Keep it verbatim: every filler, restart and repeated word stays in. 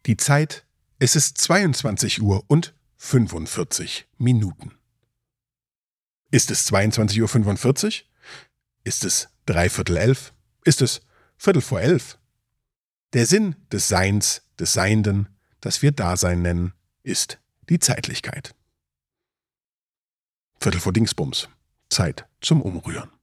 Die Zeit, es ist zweiundzwanzig Uhr und fünfundvierzig Minuten. Ist es zweiundzwanzig Uhr fünfundvierzig? Ist es dreiviertel elf? Ist es viertel vor elf? Der Sinn des Seins, des Seienden, das wir Dasein nennen, ist die Zeitlichkeit. Viertel vor Dingsbums. Zeit zum Umrühren.